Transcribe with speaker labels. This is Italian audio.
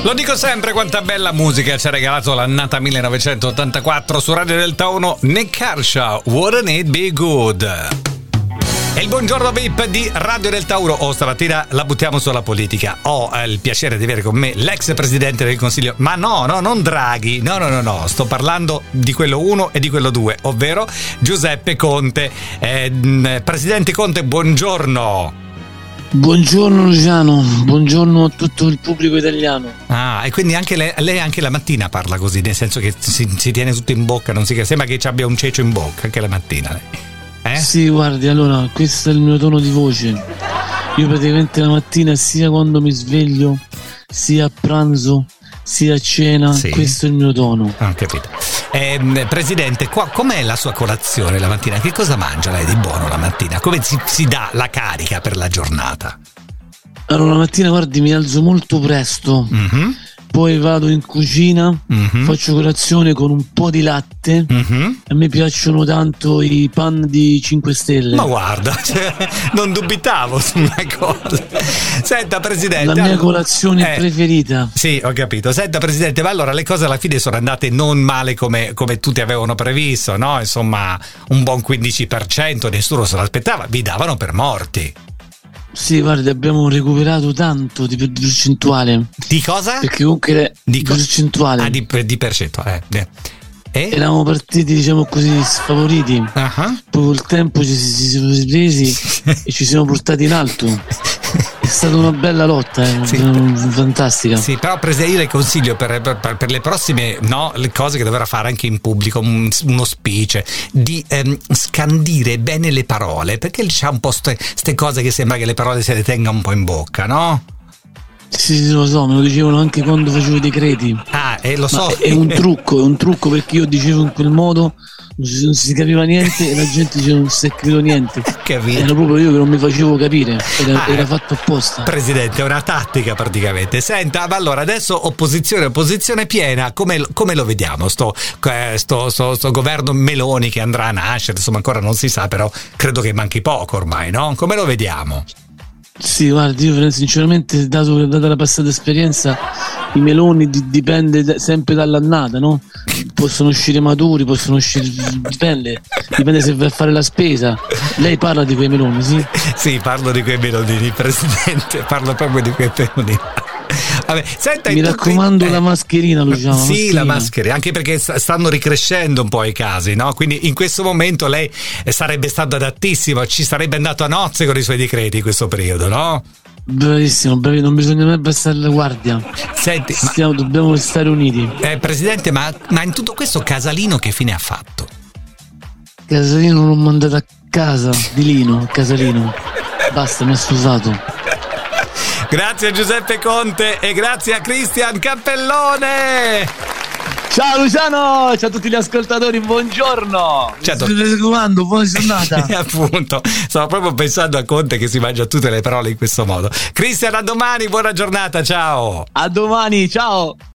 Speaker 1: Lo dico sempre, quanta bella musica ci ha regalato l'annata 1984 su Radio Delta 1, Nik Kershaw, Wouldn't It Be Good? E il buongiorno VIP di Radio Delta 1. Stamattina la buttiamo sulla politica. Ho il piacere di avere con me l'ex presidente del Consiglio, ma no, non Draghi, no, sto parlando di quello 1 e di quello 2, ovvero Giuseppe Conte. Presidente Conte, buongiorno.
Speaker 2: Buongiorno Luciano, buongiorno a tutto il pubblico italiano.
Speaker 1: E quindi anche lei anche la mattina parla così, nel senso che si tiene tutto in bocca, non si sembra che ci abbia un cecio in bocca anche la mattina lei.
Speaker 2: Sì, guardi, allora, questo è il mio tono di voce. Io praticamente la mattina, sia quando mi sveglio, sia a pranzo, sia a cena, sì. Questo è il mio tono.
Speaker 1: Capito. Presidente, com'è la sua colazione la mattina? Che cosa mangia lei di buono la mattina? Come si dà la carica per la giornata?
Speaker 2: Allora, la mattina, guardi, mi alzo molto presto. Mm-hmm. Poi vado in cucina, faccio colazione con un po' di latte. A me piacciono tanto i pan di 5 stelle.
Speaker 1: Ma guarda, non dubitavo su una cosa. Senta, Presidente,
Speaker 2: la mia colazione preferita.
Speaker 1: Sì, ho capito. Senta, Presidente, ma allora le cose alla fine sono andate non male come tutti avevano previsto, no? Insomma, un buon 15%, nessuno se l'aspettava, vi davano per morti.
Speaker 2: Sì, guarda, abbiamo recuperato tanto di percentuale.
Speaker 1: Di cosa?
Speaker 2: Perché comunque di percentuale.
Speaker 1: Di percentuale.
Speaker 2: Eravamo partiti, diciamo così, sfavoriti. Uh-huh. Poi col tempo ci siamo ripresi e ci siamo portati in alto. È stata una bella lotta, sì. Fantastica.
Speaker 1: Sì, però io le consiglio per le prossime, no, le cose che dovrà fare anche in pubblico, uno speech, di scandire bene le parole, perché c'ha un po' ste cose che sembra che le parole se le tenga un po' in bocca, no?
Speaker 2: Sì, lo so, me lo dicevano anche quando facevo i decreti.
Speaker 1: Lo so.
Speaker 2: È un trucco perché io dicevo in quel modo, non si capiva niente e la gente diceva non si è capito niente.
Speaker 1: Capito.
Speaker 2: Era proprio io che non mi facevo capire, era fatto apposta.
Speaker 1: Presidente, è una tattica praticamente. Senta, ma allora adesso opposizione piena, come lo vediamo? Sto governo Meloni che andrà a nascere, insomma ancora non si sa, però credo che manchi poco ormai, no? Come lo vediamo?
Speaker 2: Sì, guardi, io sinceramente, data la passata esperienza, i meloni dipende sempre dall'annata, no? Possono uscire maturi, possono uscire, dipende se vai a fare la spesa. Lei parla di quei meloni, sì?
Speaker 1: Sì, parlo di quei meloni, Presidente, parlo proprio di quei meloni. Vabbè, senta,
Speaker 2: mi raccomando la mascherina, Luciano.
Speaker 1: Sì,
Speaker 2: mascherina.
Speaker 1: La maschera, anche perché stanno ricrescendo un po' i casi, no? Quindi in questo momento lei sarebbe stato adattissimo, ci sarebbe andato a nozze con i suoi decreti in questo periodo, no?
Speaker 2: Bravissimo, non bisogna mai abbassare la guardia.
Speaker 1: Senti,
Speaker 2: dobbiamo stare uniti.
Speaker 1: Presidente, ma in tutto questo Casalino che fine ha fatto?
Speaker 2: Casalino l'ho mandato a casa di Lino, Casalino. Basta, mi ha stufato.
Speaker 1: Grazie a Giuseppe Conte e grazie a Cristian Cappellone.
Speaker 2: Ciao Luciano, ciao a tutti gli ascoltatori, buongiorno.
Speaker 1: Certo.
Speaker 2: Mi raccomando, buona giornata.
Speaker 1: Appunto, stavo proprio pensando a Conte che si mangia tutte le parole in questo modo. Cristian, a domani, buona giornata, ciao.
Speaker 2: A domani, ciao.